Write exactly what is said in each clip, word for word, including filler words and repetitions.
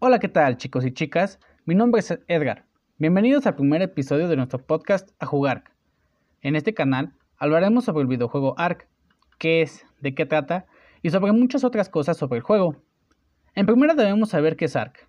Hola, ¿qué tal, chicos y chicas? Mi nombre es Edgar. Bienvenidos al primer episodio de nuestro podcast A Jugar. En este canal hablaremos sobre el videojuego Ark, qué es, de qué trata y sobre muchas otras cosas sobre el juego. En primera debemos saber qué es Ark.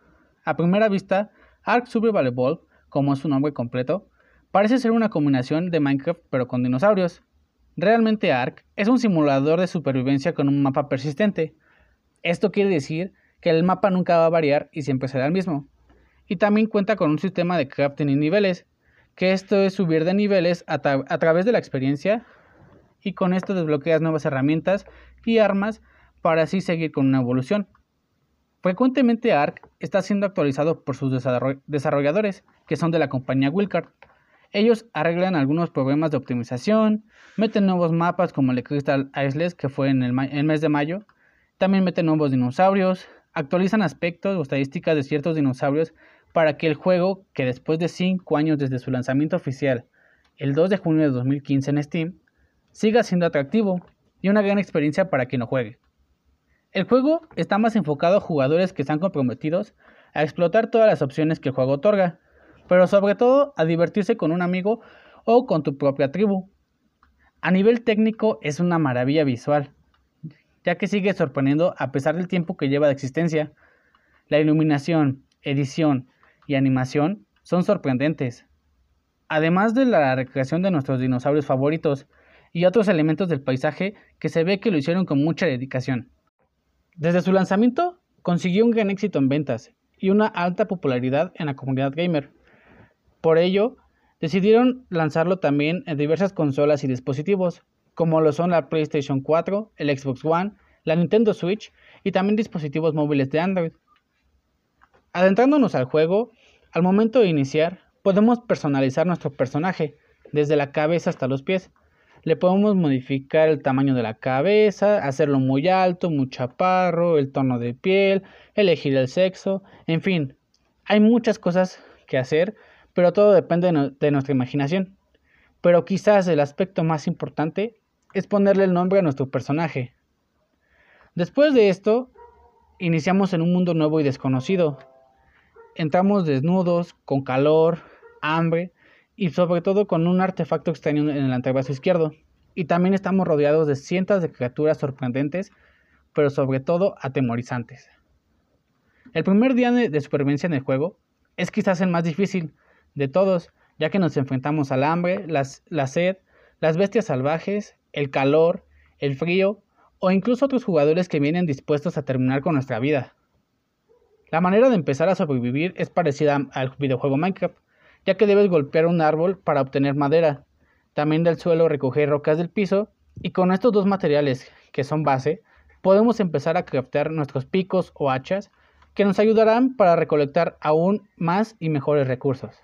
A primera vista, Ark Survival Evolved, como es su nombre completo, parece ser una combinación de Minecraft pero con dinosaurios. Realmente Ark es un simulador de supervivencia con un mapa persistente. Esto quiere decir que el mapa nunca va a variar y siempre será el mismo. Y también cuenta con un sistema de crafting y niveles, que esto es subir de niveles a, tra- a través de la experiencia, y con esto desbloqueas nuevas herramientas y armas para así seguir con una evolución. Frecuentemente Ark está siendo actualizado por sus desarroll- desarrolladores, que son de la compañía Wildcard. Ellos arreglan algunos problemas de optimización, meten nuevos mapas como el de Crystal Isles, que fue en el, ma- el mes de mayo, también meten nuevos dinosaurios, actualizan aspectos o estadísticas de ciertos dinosaurios para que el juego, que después de cinco años desde su lanzamiento oficial, el dos de junio de dos mil quince en Steam, siga siendo atractivo y una gran experiencia para quien lo juegue. El juego está más enfocado a jugadores que están comprometidos a explotar todas las opciones que el juego otorga, pero sobre todo a divertirse con un amigo o con tu propia tribu. A nivel técnico es una maravilla visual, ya que sigue sorprendiendo a pesar del tiempo que lleva de existencia. La iluminación, edición y animación son sorprendentes, además de la recreación de nuestros dinosaurios favoritos y otros elementos del paisaje que se ve que lo hicieron con mucha dedicación. Desde su lanzamiento, consiguió un gran éxito en ventas y una alta popularidad en la comunidad gamer. Por ello, decidieron lanzarlo también en diversas consolas y dispositivos, como lo son la PlayStation cuatro, el Xbox One, la Nintendo Switch y también dispositivos móviles de Android. Adentrándonos al juego, al momento de iniciar, podemos personalizar nuestro personaje, desde la cabeza hasta los pies. Le podemos modificar el tamaño de la cabeza, hacerlo muy alto, muy chaparro, el tono de piel, elegir el sexo, en fin, hay muchas cosas que hacer, pero todo depende de, no- de nuestra imaginación. Pero quizás el aspecto más importante es ponerle el nombre a nuestro personaje. Después de esto, iniciamos en un mundo nuevo y desconocido. Entramos desnudos, con calor, hambre y sobre todo con un artefacto extraño en el antebrazo izquierdo. Y también estamos rodeados de cientos de criaturas sorprendentes, pero sobre todo atemorizantes. El primer día de, de supervivencia en el juego es quizás el más difícil de todos, ya que nos enfrentamos al hambre, las, la sed, las bestias salvajes, el calor, el frío o incluso otros jugadores que vienen dispuestos a terminar con nuestra vida. La manera de empezar a sobrevivir es parecida al videojuego Minecraft, ya que debes golpear un árbol para obtener madera, también del suelo recoger rocas del piso, y con estos dos materiales, que son base, podemos empezar a craftear nuestros picos o hachas, que nos ayudarán para recolectar aún más y mejores recursos.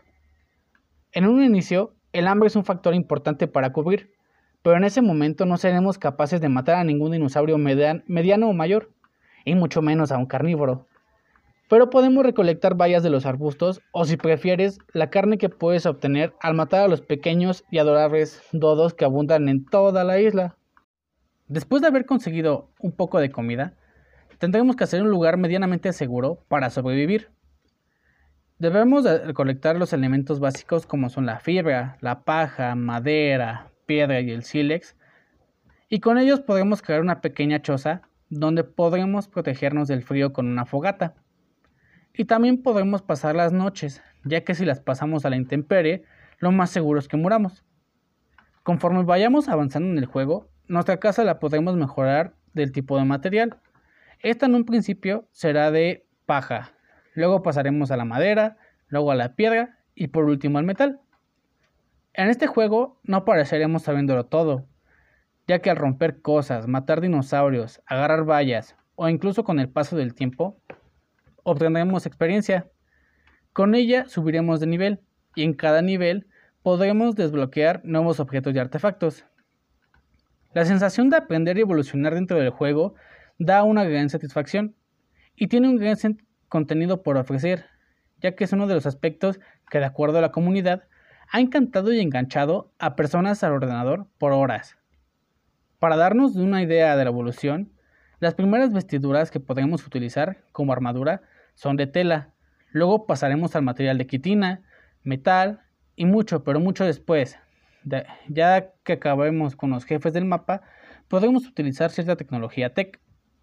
En un inicio, el hambre es un factor importante para cubrir, pero en ese momento no seremos capaces de matar a ningún dinosaurio median- mediano o mayor, y mucho menos a un carnívoro. Pero podemos recolectar bayas de los arbustos o, si prefieres, la carne que puedes obtener al matar a los pequeños y adorables dodos que abundan en toda la isla. Después de haber conseguido un poco de comida, tendremos que hacer un lugar medianamente seguro para sobrevivir. Debemos de recolectar los elementos básicos como son la fibra, la paja, madera, piedra y el sílex, y con ellos podremos crear una pequeña choza donde podremos protegernos del frío con una fogata. Y también podremos pasar las noches, ya que si las pasamos a la intemperie, lo más seguro es que muramos. Conforme vayamos avanzando en el juego, nuestra casa la podremos mejorar del tipo de material. Esta en un principio será de paja, luego pasaremos a la madera, luego a la piedra y por último al metal. En este juego no pareceremos sabiéndolo todo, ya que al romper cosas, matar dinosaurios, agarrar vallas o incluso con el paso del tiempo, obtendremos experiencia. Con ella subiremos de nivel y en cada nivel podremos desbloquear nuevos objetos y artefactos. La sensación de aprender y evolucionar dentro del juego da una gran satisfacción y tiene un gran contenido por ofrecer, ya que es uno de los aspectos que, de acuerdo a la comunidad, ha encantado y enganchado a personas al ordenador por horas. Para darnos una idea de la evolución, las primeras vestiduras que podremos utilizar como armadura son de tela. Luego pasaremos al material de quitina, metal y mucho, pero mucho después. De, ya que acabemos con los jefes del mapa, podemos utilizar cierta tecnología tech.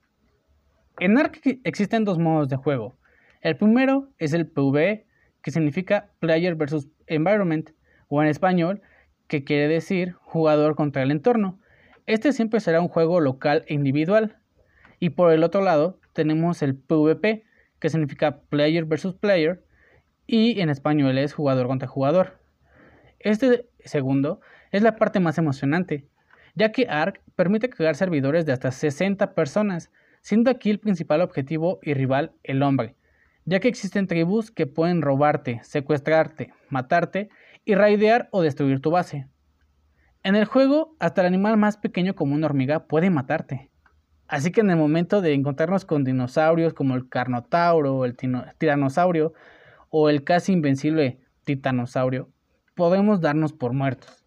En Ark existen dos modos de juego. El primero es el PvE, que significa Player versus Environment, o en español, que quiere decir jugador contra el entorno. Este siempre será un juego local e individual. Y por el otro lado tenemos el PvP, que significa Player versus Player, y en español es jugador contra jugador. Este segundo es la parte más emocionante, ya que Ark permite crear servidores de hasta sesenta personas, siendo aquí el principal objetivo y rival el hombre, ya que existen tribus que pueden robarte, secuestrarte, matarte y raidear o destruir tu base. En el juego, hasta el animal más pequeño como una hormiga puede matarte. Así que en el momento de encontrarnos con dinosaurios como el Carnotauro, el Tiranosaurio o el casi invencible Titanosaurio, podemos darnos por muertos.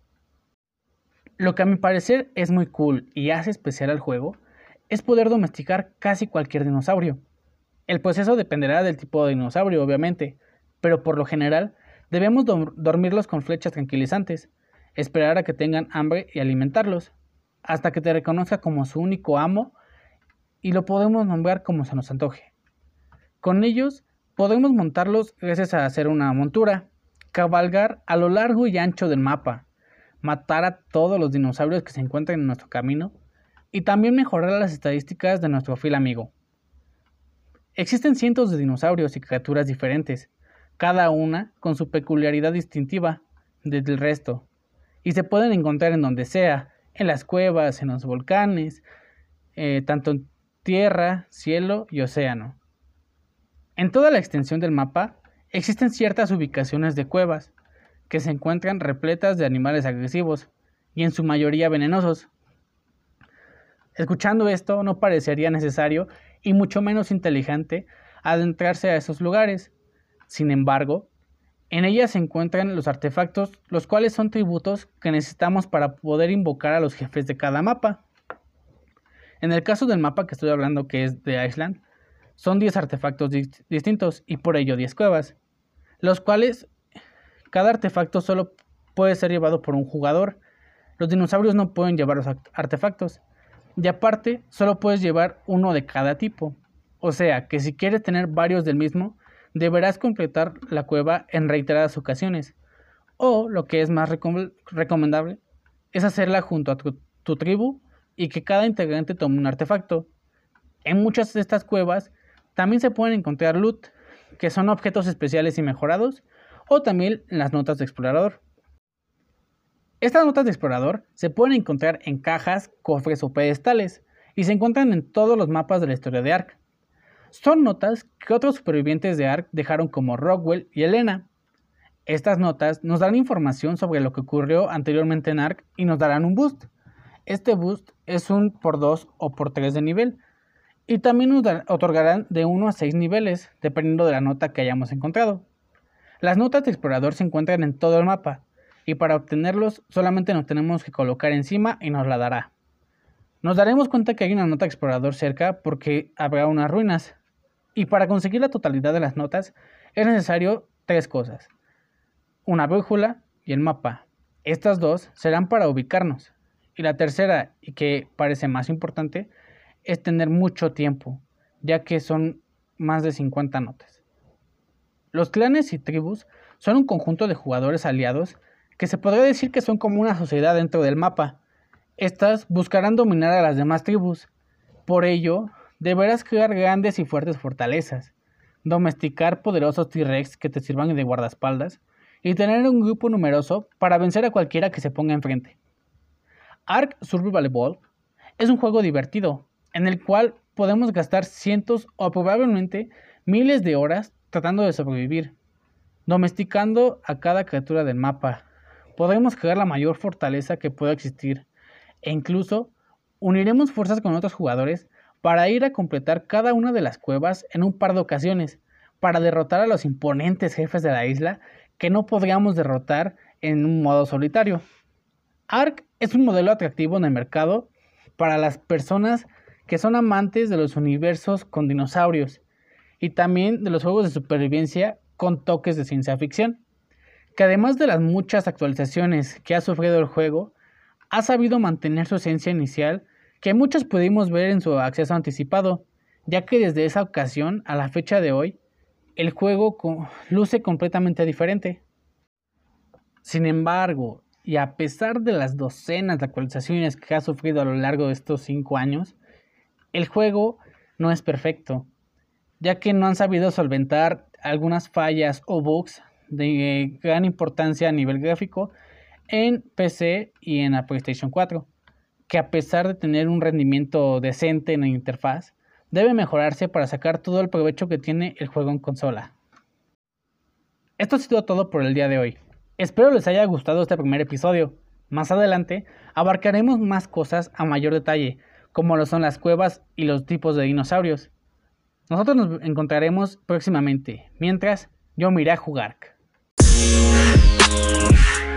Lo que a mi parecer es muy cool y hace especial al juego es poder domesticar casi cualquier dinosaurio. El proceso dependerá del tipo de dinosaurio, obviamente, pero por lo general debemos do- dormirlos con flechas tranquilizantes, esperar a que tengan hambre y alimentarlos, hasta que te reconozca como su único amo y lo podemos nombrar como se nos antoje. Con ellos podemos montarlos gracias a hacer una montura, cabalgar a lo largo y ancho del mapa, matar a todos los dinosaurios que se encuentren en nuestro camino y también mejorar las estadísticas de nuestro fiel amigo. Existen cientos de dinosaurios y criaturas diferentes, cada una con su peculiaridad distintiva del resto, y se pueden encontrar en donde sea, en las cuevas, en los volcanes, eh, tanto en tierra, cielo y océano. En toda la extensión del mapa existen ciertas ubicaciones de cuevas que se encuentran repletas de animales agresivos y en su mayoría venenosos. Escuchando esto, no parecería necesario y mucho menos inteligente adentrarse a esos lugares. Sin embargo, en ellas se encuentran los artefactos, los cuales son tributos que necesitamos para poder invocar a los jefes de cada mapa. En el caso del mapa que estoy hablando, que es de Island, son diez artefactos dist- distintos y por ello diez cuevas, los cuales cada artefacto solo puede ser llevado por un jugador. Los dinosaurios no pueden llevar los artefactos. Y aparte, solo puedes llevar uno de cada tipo. O sea, que si quieres tener varios del mismo, deberás completar la cueva en reiteradas ocasiones. O, lo que es más recom- recomendable, es hacerla junto a tu, tu tribu y que cada integrante tome un artefacto. En muchas de estas cuevas también se pueden encontrar loot, que son objetos especiales y mejorados, o también las notas de explorador. Estas notas de explorador se pueden encontrar en cajas, cofres o pedestales, y se encuentran en todos los mapas de la historia de Ark. Son notas que otros supervivientes de Ark dejaron como Rockwell y Elena. Estas notas nos dan información sobre lo que ocurrió anteriormente en Ark y nos darán un boost. Este boost es un por dos o por tres de nivel, y también nos da- otorgarán de uno a seis niveles, dependiendo de la nota que hayamos encontrado. Las notas de explorador se encuentran en todo el mapa, y para obtenerlos solamente nos tenemos que colocar encima y nos la dará. Nos daremos cuenta que hay una nota de explorador cerca porque habrá unas ruinas, y para conseguir la totalidad de las notas es necesario tres cosas: una brújula y el mapa. Estas dos serán para ubicarnos, y la tercera, y que parece más importante, es tener mucho tiempo, ya que son más de cincuenta notas. Los clanes y tribus son un conjunto de jugadores aliados que se podría decir que son como una sociedad dentro del mapa. Estas buscarán dominar a las demás tribus. Por ello, deberás crear grandes y fuertes fortalezas, domesticar poderosos T-Rex que te sirvan de guardaespaldas y tener un grupo numeroso para vencer a cualquiera que se ponga enfrente. Ark Survival Evolved es un juego divertido, en el cual podemos gastar cientos o probablemente miles de horas tratando de sobrevivir, domesticando a cada criatura del mapa. Podremos crear la mayor fortaleza que pueda existir, e incluso uniremos fuerzas con otros jugadores para ir a completar cada una de las cuevas en un par de ocasiones, para derrotar a los imponentes jefes de la isla que no podríamos derrotar en un modo solitario. Ark es un modelo atractivo en el mercado para las personas que son amantes de los universos con dinosaurios y también de los juegos de supervivencia con toques de ciencia ficción, que además de las muchas actualizaciones que ha sufrido el juego, ha sabido mantener su esencia inicial que muchos pudimos ver en su acceso anticipado, ya que desde esa ocasión a la fecha de hoy, el juego luce completamente diferente. Sin embargo, y a pesar de las docenas de actualizaciones que ha sufrido a lo largo de estos cinco años, el juego no es perfecto, ya que no han sabido solventar algunas fallas o bugs de gran importancia a nivel gráfico en P C y en la PlayStation cuatro, que a pesar de tener un rendimiento decente en la interfaz, debe mejorarse para sacar todo el provecho que tiene el juego en consola. Esto ha sido todo por el día de hoy. Espero les haya gustado este primer episodio. Más adelante abarcaremos más cosas a mayor detalle, como lo son las cuevas y los tipos de dinosaurios. Nosotros nos encontraremos próximamente. Mientras, yo me iré a jugar.